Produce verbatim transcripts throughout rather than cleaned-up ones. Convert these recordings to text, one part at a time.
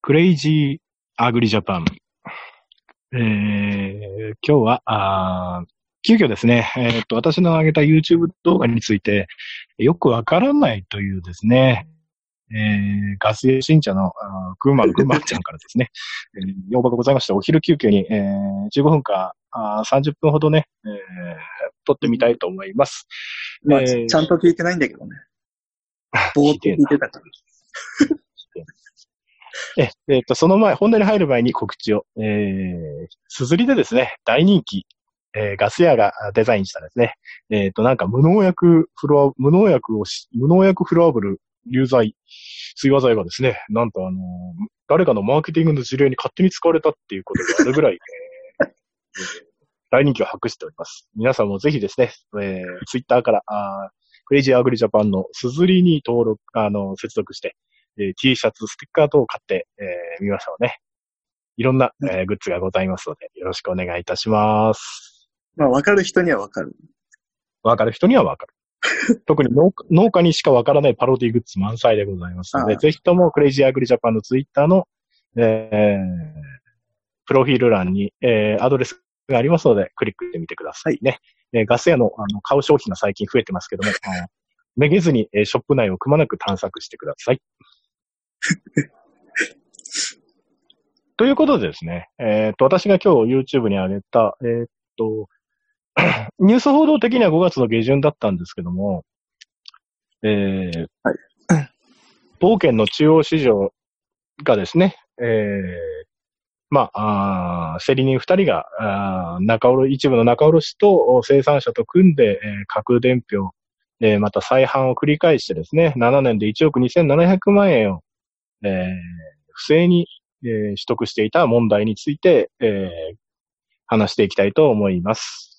クレイジーアグリジャパン。えー、今日は、あ急遽ですね、えーっと、私の上げた YouTube 動画について、よくわからないというですね、えー、ガスエ信者の、群馬の群馬ちゃんからですね、えー、要望がございました。お昼休憩に、えー、じゅうごふんかあさんじゅっぷんほどね、えー、撮ってみたいと思います。 まあ、 えー、 ちゃんと聞いてないんだけどね。ぼーっと聞いてたから。 え、えっと、その前、本題に入る前に告知を、えー、すずりでですね、大人気、えー、ガス屋がデザインしたですね、えっと、なんか無農薬フロア、無農薬をし、無農薬フロアブル流剤、水和剤がですね、なんとあのー、誰かのマーケティングの事例に勝手に使われたっていうことがあるぐらい、えー、大人気を博しております。皆さんもぜひですね、えー、ツイッターから、あクレイジーアグリジャパンのすずりに登録、あの、接続して、えー、T シャツ、ステッカー等を買って、えー、みましょうね。いろんな、えー、グッズがございますので、よろしくお願いいたします。 まあ、わかる人にはわかる。 わかる人にはわかる。特に農家、農家にしかわからないパロディグッズ満載でございますので、ぜひともクレイジーアグリジャパンのツイッターの、えー、プロフィール欄に、えー、アドレスがありますので、クリックしてみてくださいね。はい、えー、ガス屋の、あの、買う商品が最近増えてますけども、めげずに、えー、ショップ内をくまなく探索してください。ということでですね、えっと、私が今日 YouTube に上げた、えっと、ニュース報道的にはごがつの下旬だったんですけども、えー、 はい、 某県の中央市場がですね、えー、まあ、あ競り人二人が、あ仲卸、一部の仲卸と生産者と組んで、えー、架空伝票、えー、また再販を繰り返してですね、ななねんでいちおくにせんななひゃくまんえんを、えー、不正に、えー、取得していた問題について、えー、話していきたいと思います。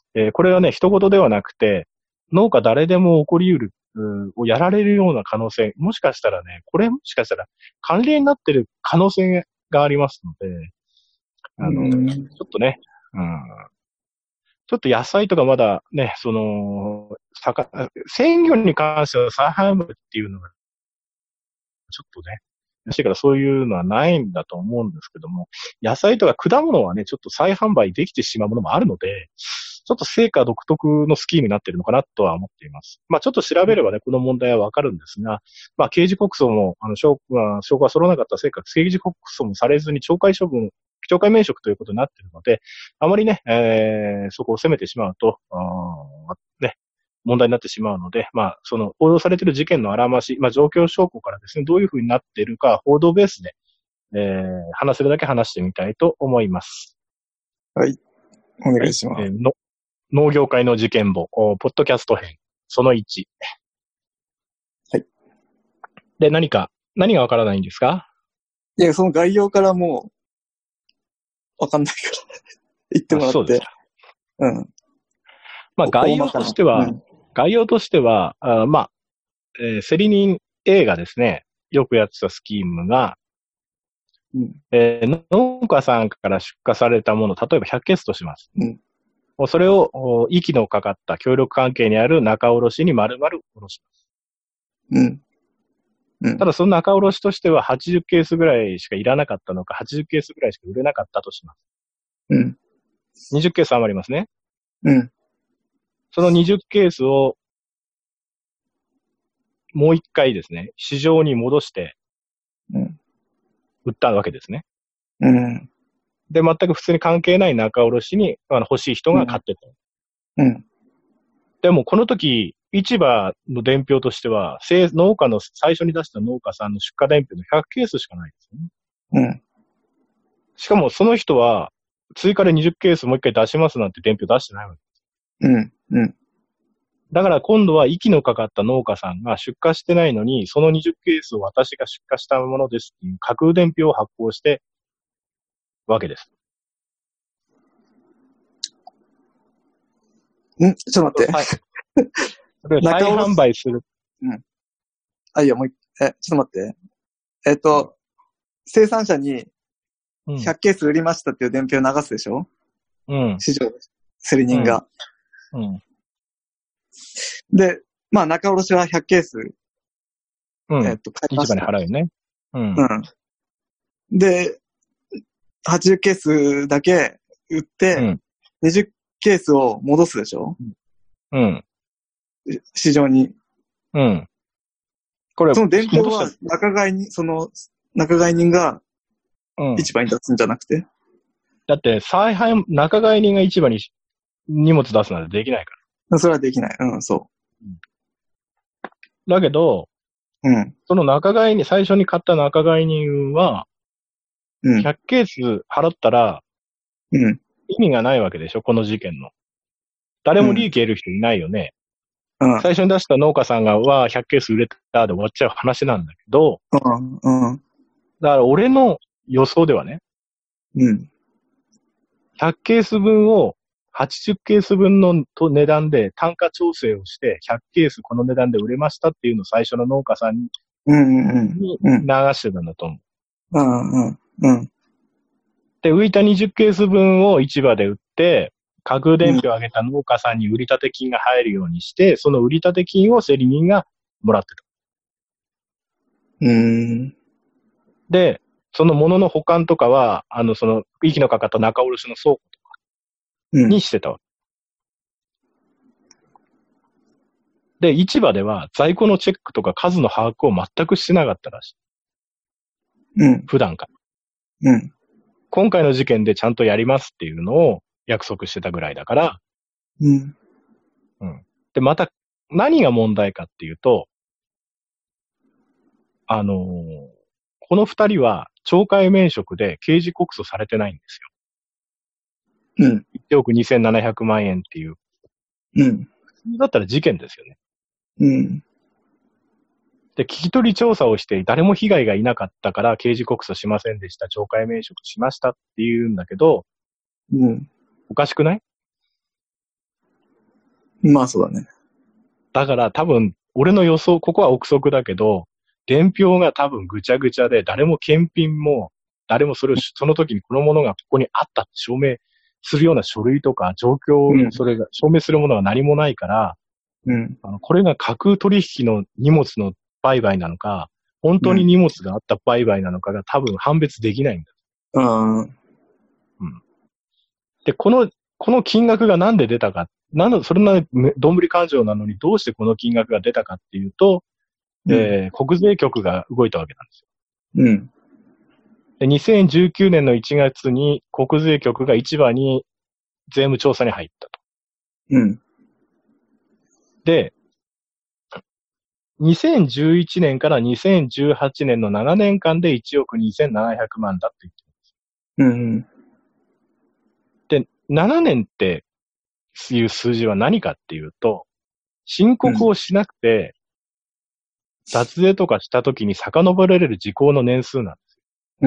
えー、これはね、一言ではなくて、農家誰でも起こり得る、をやられるような可能性、もしかしたらね、これもしかしたら関連になってる可能性がありますので、あの、ちょっとね、うん、ちょっと野菜とかまだね、その、鮮魚に関しては再販売っていうのが、ちょっとね、だからそういうのはないんだと思うんですけども、野菜とか果物はね、ちょっと再販売できてしまうものもあるので、ちょっと成果独特のスキームになっているのかなとは思っています。まあちょっと調べればね、この問題はわかるんですが、まあ刑事告訴も、あの、証拠が、証拠が揃わなかったせいか、刑事告訴もされずに懲戒処分、懲戒免職ということになっているので、あまりね、えー、そこを責めてしまうと、あね、問題になってしまうので、まあ、その報道されている事件のあらまし、まあ、状況証拠からですね、どういうふうになっているか、報道ベースで、えー、話せるだけ話してみたいと思います。 はい。お願いします。 はい、えー、の農業界の事件簿、ポッドキャスト編、そのいち。 はい。 で、何か、何がわからないんですか？ いや、その概要からもう、わかんないから、言ってもらって。そうですか。うん。 まあ、概要としては、うん、概要としては、あまあ、えー、競り人 A がですね、よくやってたスキームが、うんえー、農家さんから出荷されたもの、例えばひゃくケースとします。うんそれを、息のかかった協力関係にある仲卸に丸々卸します。うんうん、ただその仲卸としてははちじゅっケースぐらいしかいらなかったのか、はちじゅっケースぐらいしか売れなかったとします。うん、にじゅっケース余りますね。うん、そのにじゅっケースをもう一回ですね、市場に戻して、売ったわけですね。うん、で、全く普通に関係ない仲卸にあの欲しい人が買ってた。うん。でもこの時、市場の伝票としては、農家の最初に出した農家さんの出荷伝票のひゃくケースしかないですよね。うん。しかもその人は、追加でにじゅっケースもう一回出しますなんて伝票出してないわけです。うん。うん。だから今度は息のかかった農家さんが出荷してないのに、そのにじゅっケースを私が出荷したものですっていう架空伝票を発行してわけです。んちょっと待って。はい。それを再販売する。うん。 あ、いや、もう一回、え、ちょっと待って。えっと、うん、生産者にひゃくケース売りましたっていう伝票を流すでしょ？うん。市場、競り人が。うん。うん、で、まあ、仲卸はひゃくケース。うん。えっと、買いました。 市場に払うよね。うん。 うん。 で、はちじゅうケースだけ売って、うん、にじゅうケースを戻すでしょ？ うん。 市場に。 うん。これ、 その伝票は仲買人、その、仲買人が市場に出すんじゃなくて、うん、 だって、再販、仲買人が市場に荷物出すなんてできないから。それはできない。うん、そう。 だけど、 うん。 その仲買人、最初に買った仲買人は、うん、ひゃくケース払ったら、 うん。 意味がないわけでしょ、この事件の。誰も利益得る人いないよね。 うん、 最初に出した農家さんが、わあ、ひゃくケース売れたで終わっちゃう話なんだけど、 うん、うん。 だから俺の予想ではね、 うん。 ひゃくケース分をはちじゅうケース分の値段で単価調整をして、ひゃくケースこの値段で売れましたっていうのを最初の農家さんに流してたんだと思う。 うんうんうん。 で、浮いたにじゅうケース分を市場で売って、架空伝票を上げた農家さんに売り立て金が入るようにして、その売り立て金を競り人がもらってた。 うーん。 で、その物の保管とかは、あの、その、息のかかった仲卸の倉庫とかにしてたわけ。うん、で、市場では在庫のチェックとか数の把握を全くしてなかったらしい。 うん。 普段から。 うん。 今回の事件でちゃんとやりますっていうのを約束してたぐらいだから。 うん。 うん。で、また何が問題かっていうと、あのー、この二人は懲戒免職で刑事告訴されてないんですよ。うん。 いちおくにせんななひゃくまんえんっていう。 うん。 普通だったら事件ですよね。 うん。 で、聞き取り調査をして誰も被害がいなかったから刑事告訴しませんでした。懲戒免職しましたって言うんだけど、 うん。 おかしくない？ まあそうだね。 だから多分、俺の予想、ここは憶測だけど、伝票が多分ぐちゃぐちゃで、誰も検品も、誰もそれを、その時にこのものがここにあったって証明するような書類とか状況を、それが証明するものが何もないから、 うん、 あのこれが架空取引の荷物の売買なのか、本当に荷物があった売買なのかが多分判別できないんだ。 うん。うん。 で、この、この金額がなんで出たか、なんで、それな、どんぶり勘定なのにどうしてこの金額が出たかっていうと、うん、えー、国税局が動いたわけなんですよ。 うん。 で、にせんじゅうきゅうねんのいちがつに国税局が市場に税務調査に入ったと。 うん。 で、にせんじゅういちねんからにせんじゅうはちねんのななねんかんでいちおくにせんななひゃくまんだって言ってるんです。 うん。で、ななねんっていう数字は何かっていうと、申告をしなくて、脱税とかしたときに遡られる時効の年数なんですよ。うん。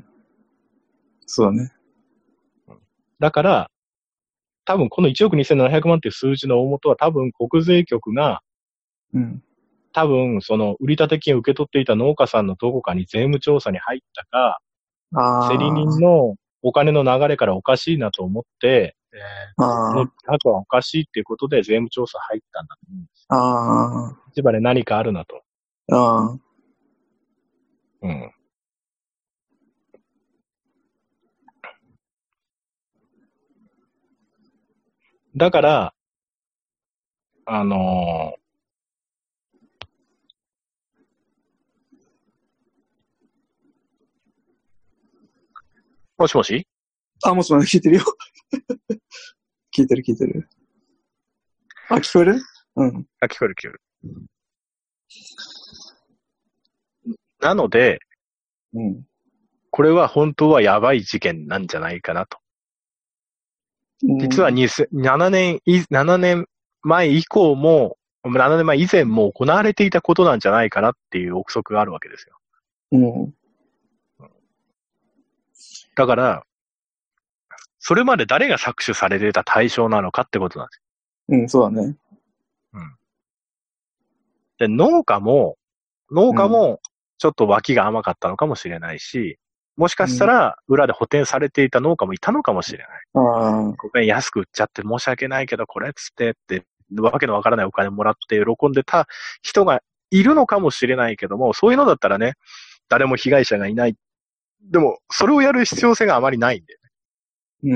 そうだね。 だから、多分このいちおくにせんななひゃくまんっていう数字の大元は多分国税局が、 うん。 多分その売立金を受け取っていた農家さんのどこかに税務調査に入ったか、競り人のお金の流れからおかしいなと思って、えー、この額はおかしいっていうことで税務調査入ったんだと思うんです。 ああ。 市場で何かあるなと。 ああ。 うん。だから、あのー、もしもし？ あ、もしもし、聞いてるよ。聞いてる聞いてる。あ、聞こえる？うん。 あ、聞こえる聞こえる。なので、 うん。 これは本当はやばい事件なんじゃないかなと。うん、実はななねん、ななねんまえ以降も、ななねんまえ以前も行われていたことなんじゃないかなっていう憶測があるわけですよ。 うん。 だから、それまで誰が搾取されていた対象なのかってことなんですよ。うん、そうだね。 うん。で、農家も、農家も、ちょっと脇が甘かったのかもしれないし、もしかしたら、裏で補填されていた農家もいたのかもしれない。 うん、 ごめん、安く売っちゃって申し訳ないけど、これっつってって、わけのわからないお金もらって喜んでた人がいるのかもしれないけども、そういうのだったらね、誰も被害者がいないでも、それをやる必要性があまりないんだよね。うん。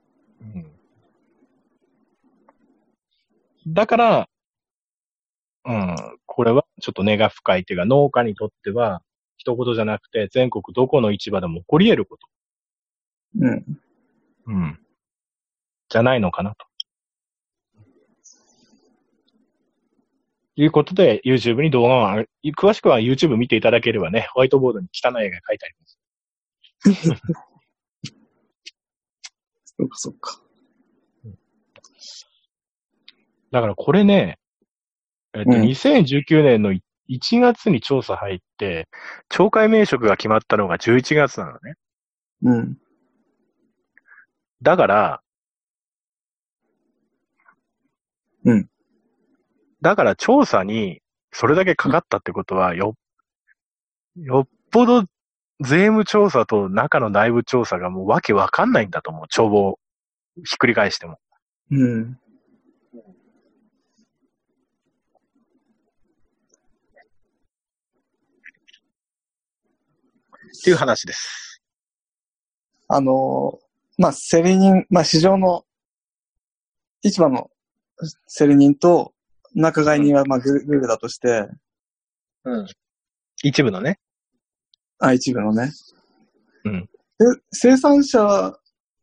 うん。だから、うん、これはちょっと根が深いっていうか、農家にとっては、一言じゃなくて、全国どこの市場でも起こり得ること。 うん。 うん。じゃないのかなと。いうことで、YouTube に動画を上げ、詳しくは YouTube 見ていただければね、ホワイトボードに汚い絵が描いてあります。 そっかそっか。 だからこれね、えっと、うん、にせんじゅうきゅうねんのいちがつに調査入って、懲戒免職が決まったのがじゅういちがつなのね。 うん。 だから、 うん。 だから調査にそれだけかかったってことは、よ、よっぽど税務調査と中の内部調査がもうわけわかんないんだと思う。帳簿をひっくり返しても。 うん。 っていう話です。 あの、まあ、競り人、まあ、市場の、市場の競り人と仲買人は、まあ、グルだとして、 うん。一部のね。 あ、一部のね。 うん。 で、生産者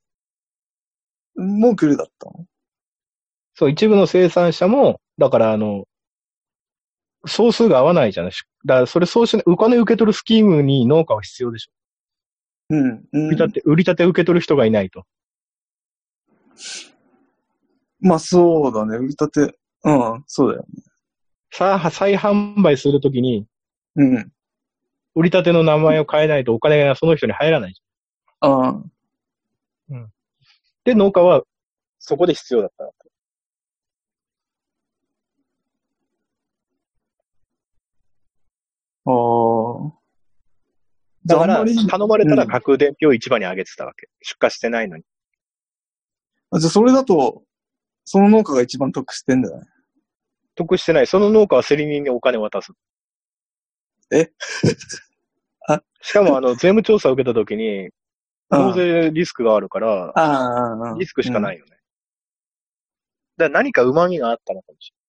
もグルだったの？ そう、一部の生産者も、だからあの、総数が合わないじゃない。だからそれそうしない、お金受け取るスキームに農家は必要でしょ。 うん。うん、 売り立て、売り立て受け取る人がいないと。 まあそうだね、売り立て、うん、そうだよね。 さあ、再販売するときに、 うん。 売り立ての名前を変えないとお金がその人に入らないじゃん。ああ。 うん。で、農家はそこで必要だった。 ああ。 だから、頼まれたら架空伝票を市場に上げてたわけ。うん、出荷してないのに。 あ、じゃあそれだと、その農家が一番得してんだよね。 得してない。その農家は競り人にお金を渡す。 えあしかも、あの、税務調査を受けたときに、納税リスクがあるから、 あリスクしかないよね。うん、だから何か旨味があったのかもしれない。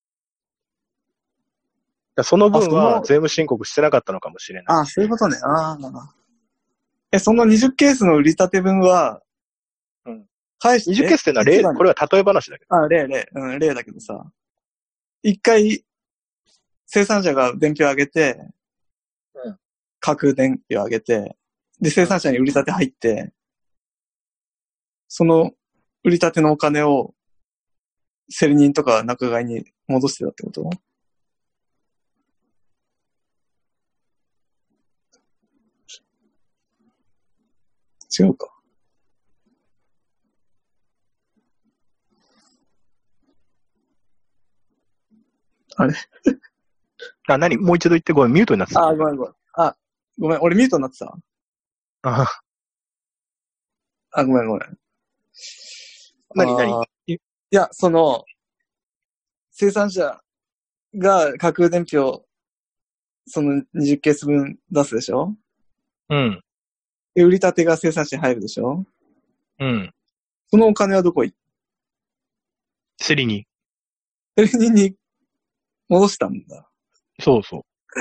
だその分は税務申告してなかったのかもしれない。 ああ、そういうことね。ああ。え、そのにじゅうケースの売り立て分は、 うん。返し、にじゅうケースってのは例、これは例え話だけど。 ああ、例、例、うん、例だけどさ。一回、生産者が伝票を上げて、 うん。 架空伝票を上げて、で、生産者に売り立て入って、うん、その売り立てのお金を、競り人とか仲買に戻してたってこと？違うか。あれあ、何もう一度言ってごめん、ミュートになってた。 あ、ごめんごめん。あ、ごめん、俺ミュートになってた。 ああ、ごめんごめん。 何何いや、その、生産者が架空伝票、そのにじゅうケース分出すでしょ？ うん。 で、売り立てが生産者に入るでしょ？ うん。 そのお金はどこ行っ競り人。 競り人に戻したんだ。 そうそう。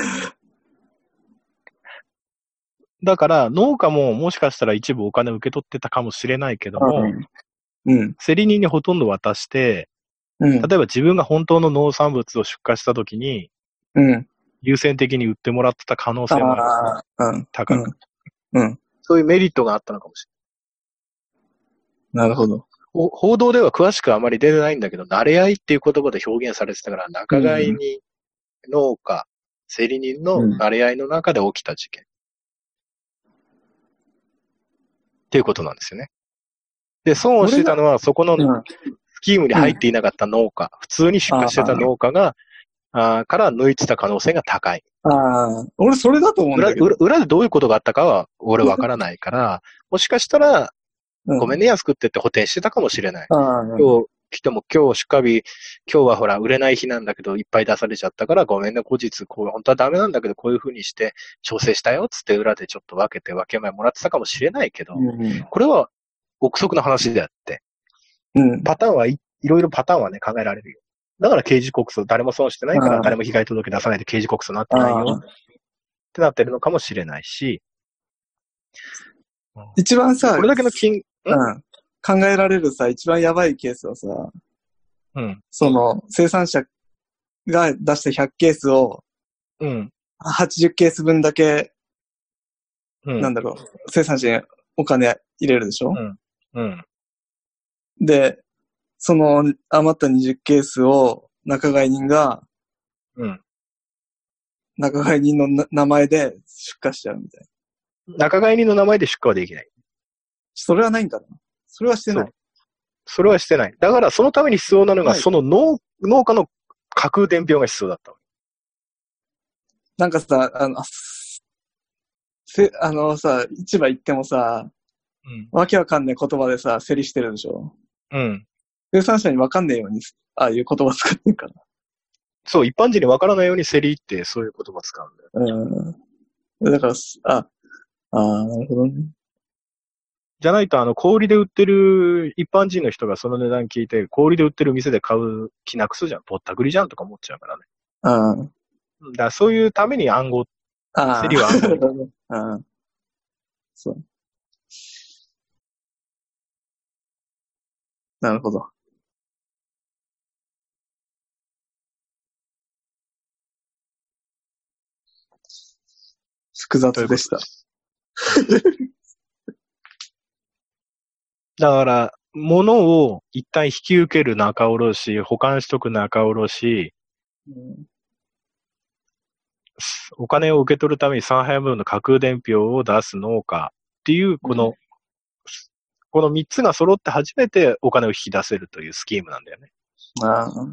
だから、農家ももしかしたら一部お金を受け取ってたかもしれないけども、 うん。 競り人にほとんど渡して、うん、例えば自分が本当の農産物を出荷したときに、 うん。 優先的に売ってもらってた可能性もある。 あうん。 高く、 うん。うん。 そういうメリットがあったのかもしれない。なるほど。 報道では詳しくあまり出てないんだけど、慣れ合いっていう言葉で表現されてたから、仲買に農家、競り人の慣れ合いの中で起きた事件。うん、っていうことなんですよね。で、損をしてたのは、そこのスキームに入っていなかった農家、うん、普通に出荷してた農家が、あから抜いてた可能性が高い。 ああ、俺それだと思うんだけど。 裏、裏でどういうことがあったかは、俺わからないから、もしかしたら、ごめんね、安くってって補填してたかもしれない。 うん、 今日、 来ても今日出荷日、今日はほら売れない日なんだけどいっぱい出されちゃったからごめんね、後日こう本当はダメなんだけどこういう風にして調整したよっつって裏でちょっと分けて分け前もらってたかもしれないけど、 うん、 これは憶測の話であって、うん、パターンはい、いろいろパターンはね考えられるよ。だから刑事告訴、誰も損してないから誰も被害届出さないで刑事告訴になってないよってなってるのかもしれないし、 一番さ、 これだけの金、 うん、考えられるさ、一番やばいケースはさ、 うん、 その生産者が出したひゃくケースを、 うん、 はちじゅっケース分だけ、うん、なんだろう、生産者にお金入れるでしょ、 うんうん、 で、その余ったにじゅっケースを仲買人が、 うん、 仲買人の名前で出荷しちゃうみたいな。 仲買人の名前で出荷はできない。 それはないんかな。それはしてない。 そ, それはしてない。だからそのために必要なのが、はい、その 農, 農家の架空伝票が必要だった。 なんかさ、あの、せあのさ、市場行ってもさ、うん、わけわかんない言葉でさ、競りしてるでしょ。 うん。 生産者にわかんないように、ああいう言葉使ってるから。 そう、一般人にわからないように競りってそういう言葉使うんだよ。 うん。だから、あ、ああ、なるほどね。 じゃないと、あの、小売りで売ってる一般人の人がその値段聞いて、小売りで売ってる店で買う気なくすじゃん。ぼったくりじゃんとか思っちゃうからね。 ああ。 だからそういうために暗号、競りは暗号。 ああ。そう。なるほど。複雑でした。 だから、物を一旦引き受ける仲卸、保管しとく仲卸、うん、お金を受け取るためにさんはいぶんの架空伝票を出す農家っていう、この、うん、このみっつが揃って初めてお金を引き出せるというスキームなんだよね。 ああ。うん、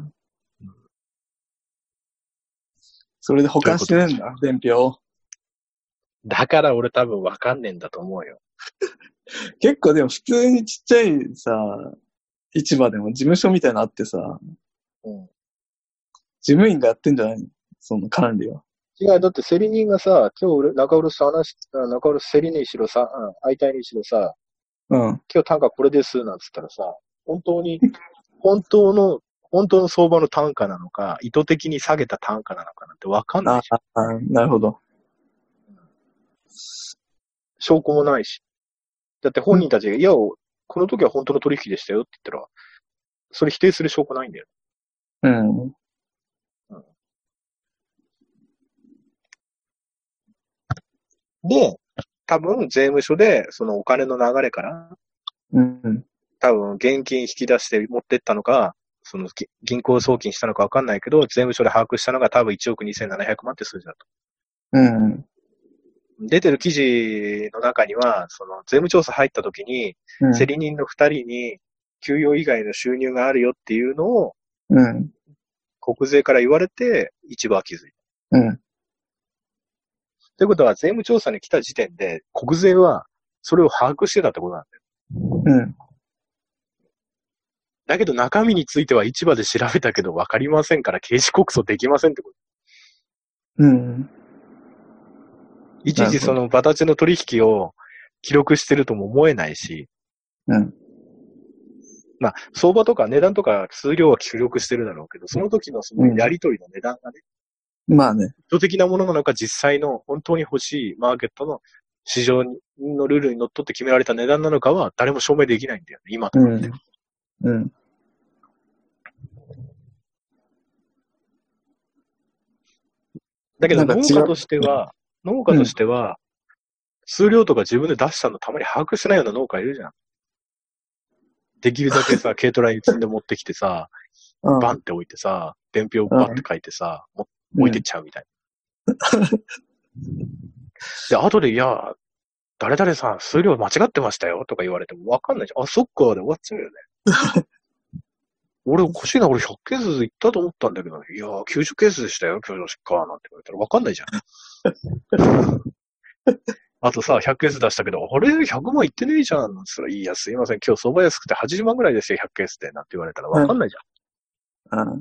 それで保管してねえんだ、伝票。 だから俺多分わかんねえんだと思うよ。 結構でも普通にちっちゃいさ、市場でも事務所みたいなのあってさ、うん、事務員がやってんじゃないのその管理は。 違う、だって競り人がさ、今日俺、中卸さ、話、中卸競りにしろさ、うん、相対にしろさ、 うん。 今日単価これです、なんつったらさ、本当に、本当の、本当の相場の単価なのか、意図的に下げた単価なのかなんてわかんないじゃん。 ああ、なるほど。 証拠もないし。だって本人たちが、いや、この時は本当の取引でしたよって言ったら、それ否定する証拠ないんだよ。 うん。うん、 で、多分税務署でそのお金の流れから、 うん、 多分現金引き出して持ってったのか、その銀行送金したのかわかんないけど、税務署で把握したのが多分いちおくにせんななひゃくまんって数字だと。 うん。 出てる記事の中には、その税務調査入った時に、うん、競り人のふたりに給与以外の収入があるよっていうのを、 うん、 国税から言われて、市場は気づいた。うん。 ということは、税務調査に来た時点で、国税はそれを把握してたってことなんだよ。うん。 だけど中身については市場で調べたけど分かりませんから刑事告訴できませんってこと。 うん。 いちいちそのバタチの取引を記録してるとも思えないし。 うん。 まあ、相場とか値段とか数量は記録してるだろうけど、その時のそのやり取りの値段がね。 うん、まあね。 意図的なものなのか実際の本当に欲しいマーケットの市場のルールにのっとって決められた値段なのかは誰も証明できないんだよね、今とかって。 うん。うん。 だけど農家としては、農家としては、うん、数量とか自分で出したのたまに把握してないような農家いるじゃん。できるだけさ、軽トラに積んで持ってきてさ、うん、バンって置いてさ、伝票バンって書いてさ、うん、置いてっちゃうみたいな。うん、で、後で、いや、誰々さん、数量間違ってましたよとか言われてもわかんないじゃん。あ、そっか、で終わっちゃうよね。俺、おかしいな、俺ひゃくケースいったと思ったんだけど、いやー、きゅうじゅっケースでしたよ、今日の出荷なんて言われたらわかんないじゃん。 あとさ、ひゃくケース出したけど、あれ ?ひゃく 万いってねえじゃん。なんつったら、いや、すいません。今日相場安くてはちじゅうまんぐらいですよ、ひゃくケースって。なんて言われたらわかんないじゃん。うん。うん。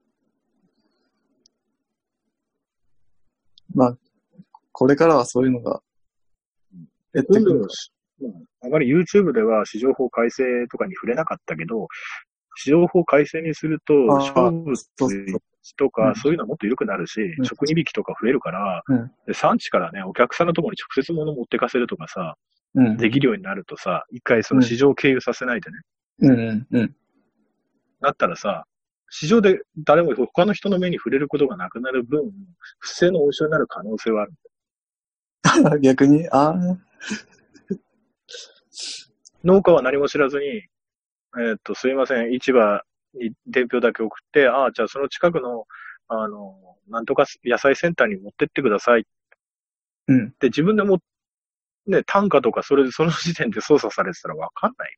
まあ、これからはそういうのが、 減ってくるし。あまり YouTube では市場法改正とかに触れなかったけど、市場法改正にすると、勝負とか、そういうのはもっと緩くなるし、うん、食値引きとか増えるから、うん、で産地からね、お客さんのところに直接物持ってかせるとかさ、うん、できるようになるとさ、一回その市場を経由させないでね。 うんうんうん。 だったらさ、市場で誰も他の人の目に触れることがなくなる分、不正の応酬になる可能性はある。 逆に、ああ。 農家は何も知らずに、えー、っと、すいません、市場に伝票だけ送って、ああ、じゃあその近くの、あの、なんとか野菜センターに持ってってください。 うん。 で、自分でも、ね、単価とかそれでその時点で操作されてたらわかんない。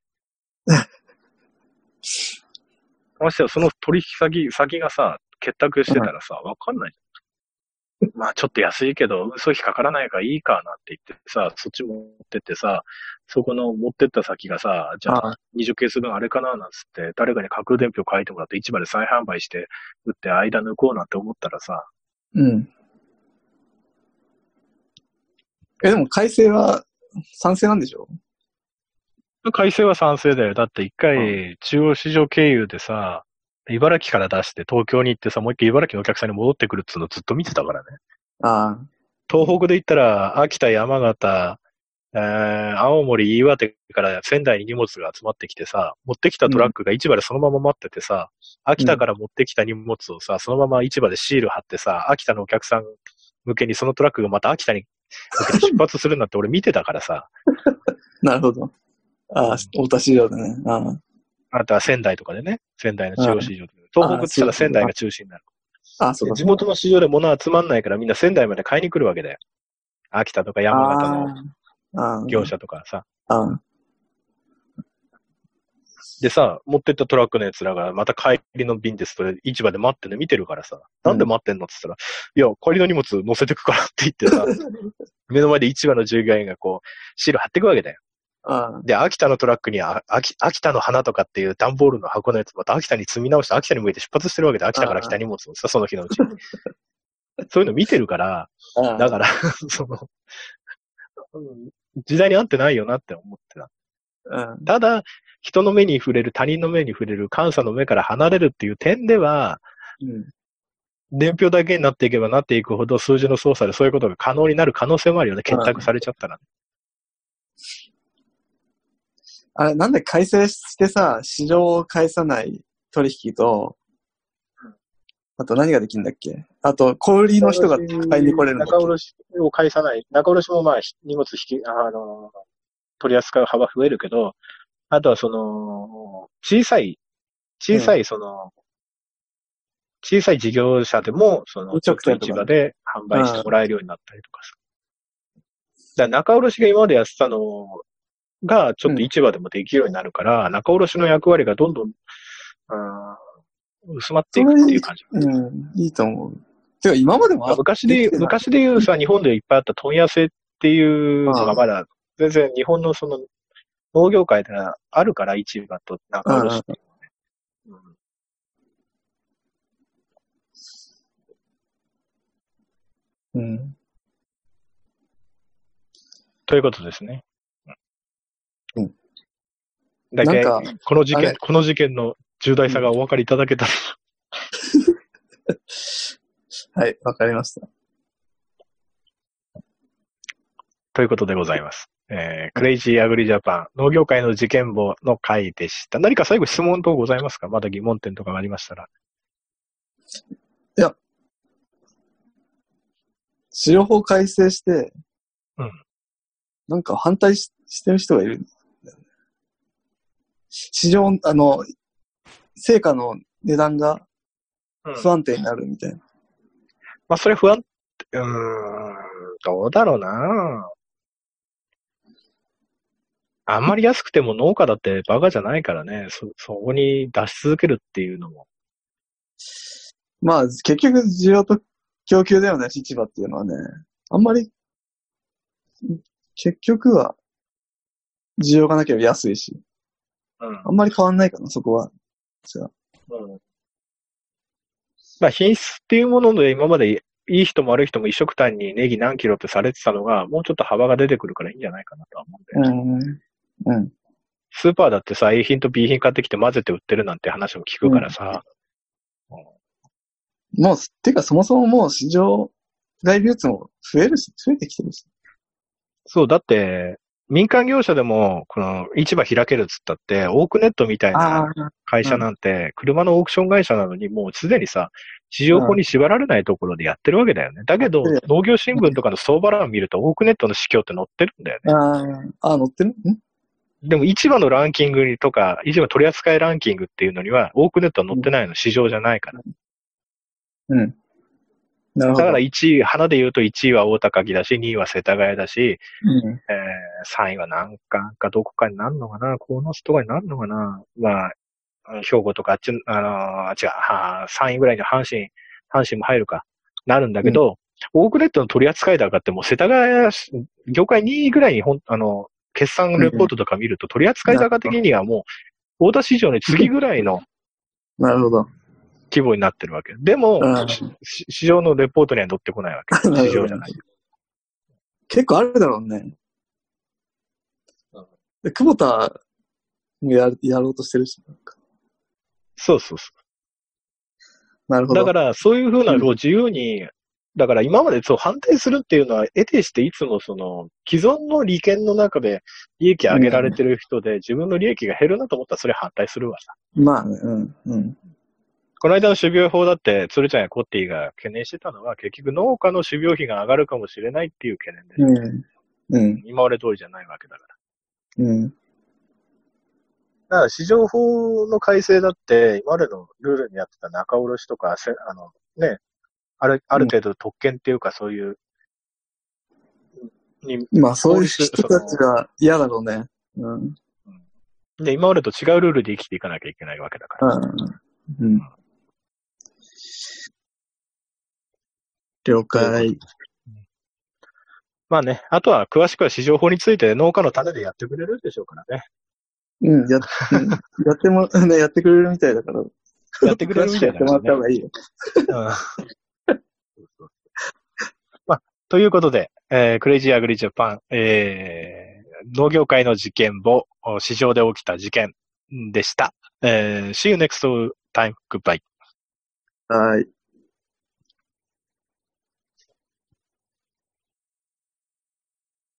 ましてはその取引先、先がさ、結託してたらさ、わかんないじゃん。まあちょっと安いけど、運送費かからないからいいかなって言ってさ、そっち持ってってさ、そこの持ってった先がさ、じゃあにじゅうケース分あれかななんつって、誰かに架空伝票書いてもらって市場で再販売して、売って間抜こうなんて思ったらさ。 うん。え、でも改正は賛成なんでしょ？ 改正は賛成だよ。だって一回、中央市場経由でさ、茨城から出して東京に行ってさ、もう一回茨城のお客さんに戻ってくるっつうのずっと見てたからね。 ああ。 東北で行ったら、秋田、山形、えー、青森、岩手から仙台に荷物が集まってきてさ、持ってきたトラックが市場でそのまま待っててさ、うん、秋田から持ってきた荷物をさ、そのまま市場でシール貼ってさ、秋田のお客さん向けにそのトラックがまた秋田に向けて出発するなんて俺見てたからさ。 なるほど。ああ、大田市場でね。ああ。 あとは仙台とかでね、仙台の中央市場で。東北って言ったら仙台が中心になる。 ああ、そうだ。 地元の市場で物は集まんないからみんな仙台まで買いに来るわけだよ。秋田とか山形の業者とかさ。 ああ。 でさ、持ってったトラックのやつらがまた帰りの便ですと市場で待ってね、見てるからさ。なんで待ってんのって言ったら、うん、いや、帰りの荷物乗せてくからって言ってさ、目の前で市場の従業員がこう、シール貼ってくわけだよ。 ああで、秋田のトラックにあ秋、秋田の花とかっていう段ボールの箱のやつ、また秋田に積み直して秋田に向いて出発してるわけで、秋田から来た荷物をさ、その日のうちに。そういうの見てるから、だから、その、時代に合ってないよなって思ってた。 うん、 ただ、人の目に触れる、他人の目に触れる、監査の目から離れるっていう点では、うん、伝票だけになっていけばなっていくほど数字の操作でそういうことが可能になる可能性もあるよね、結託されちゃったら、ね。 あれ、なんで改正してさ、市場を介さない取引と、あと何ができるんだっけ？あと、小売りの人が買いに来れるんだっけ？ 中卸を介さない。中卸もまあ、荷物引き、あの、取り扱う幅増えるけど、あとはその、小さい、小さいその、うん、小さい事業者でも、その、ちょっと市場で販売してもらえるようになったりとかさ。だから中卸が今までやってたのが、ちょっと市場でもできるようになるから、うん、中卸の役割がどんどん、薄まっていくっていう感じ。 うん、いいと思う。てか今までもあ昔で、昔で言うさ、日本でいっぱいあった問屋制っていうのがまだ、全然日本のその農業界ではあるから、市場と中卸っていうのはね。 うん。うん。 ということですね。 うん。 だけど、この事件、この事件の重大さがお分かりいただけたら、 うん、はい、わかりました。 ということでございます。えー、クレイジーアグリジャパン農業界の事件簿の回でした。何か最後質問等ございますか？まだ疑問点とかがありましたら。 いや、市場法改正して、 うん。 なんか反対 し, してる人がいるんだよね。市場、あの、成果の値段が不安定になるみたいな。うん、 まあ、それ不安、うーん、どうだろうな。あんまり安くても農家だってバカじゃないからね、そ、そこに出し続けるっていうのも。 まあ、結局需要と供給だよね、市場っていうのはね。あんまり、 結局は、需要がなければ安いし。うん。あんまり変わんないかな、そこは。じゃあ。うん。 まあ、品質っていうもので今までいい人も悪い人も一緒くたんにネギ何キロってされてたのが、もうちょっと幅が出てくるからいいんじゃないかなとは思うんだよね。うん。うん。スーパーだってさ、A 品と B 品買ってきて混ぜて売ってるなんて話も聞くからさ。 うんうん、もう、てかそもそももう市場外流通も増えるし、増えてきてるし。 そう、だって、民間業者でも、この市場開けるっつったって、オークネットみたいな会社なんて、車のオークション会社なのに、もうすでにさ、市場法に縛られないところでやってるわけだよね。だけど、農業新聞とかの相場欄を見ると、オークネットの指標って載ってるんだよね。ああ、載ってるんでも市場のランキングにとか、市場取扱いランキングっていうのには、オークネットは載ってないの、市場じゃないから。 うん。なるほど。 だからいちい、花で言うといちいは大高木だし、にいは世田谷だし、うんえー、さんいはなんか、かどこかになるのかな、この人がになるのかな、まあ、兵庫とかあっち、あのー、違う、はさんいぐらいに阪神、阪神も入るか、なるんだけど、うん、オークネットの取扱い高ってもう世田谷、業界にいぐらいにほん、あの、決算レポートとか見ると、取扱い高的にはもう、大田市場に次ぐらいの、 なるほど。 規模になってるわけ。でも、市場のレポートには載ってこないわけ。市場じゃない。 結構あるだろうね。で久保田もややろうとしてるし。なんかそうそうそう。なるほど。だから、そういうふうなのを自由に、うん、だから今までそう反対するっていうのは、得てしていつもその、既存の利権の中で利益上げられてる人で、うん、自分の利益が減るなと思ったらそれ反対するわさ。 まあね、うん、うん。 この間の種苗法だって、鶴ちゃんやコッティが懸念してたのは、結局農家の種苗費が上がるかもしれないっていう懸念です、ね。うん。うん。今まで通りじゃないわけだから。うん。だから市場法の改正だって、今までのルールにやってた仲卸とか、あの、ね、ある、ある程度特権っていうかそういう、 にまあそういう人たちが嫌だろうね。うん。 で、今までと違うルールで生きていかなきゃいけないわけだから。うん。うん了解。 まあね、あとは詳しくは市場法について農家の種でやってくれるでしょうからね。 うん、や、うん、やっても、ね、やってくれるみたいだから。 やってくれるみたいだから、ね。 やってもらった方がいいよ。 まあ、ということで、えー、クレイジーアグリジャパン、えー、農業界の事件簿、市場で起きた事件でした。えー、See you next time. Goodbye. はい。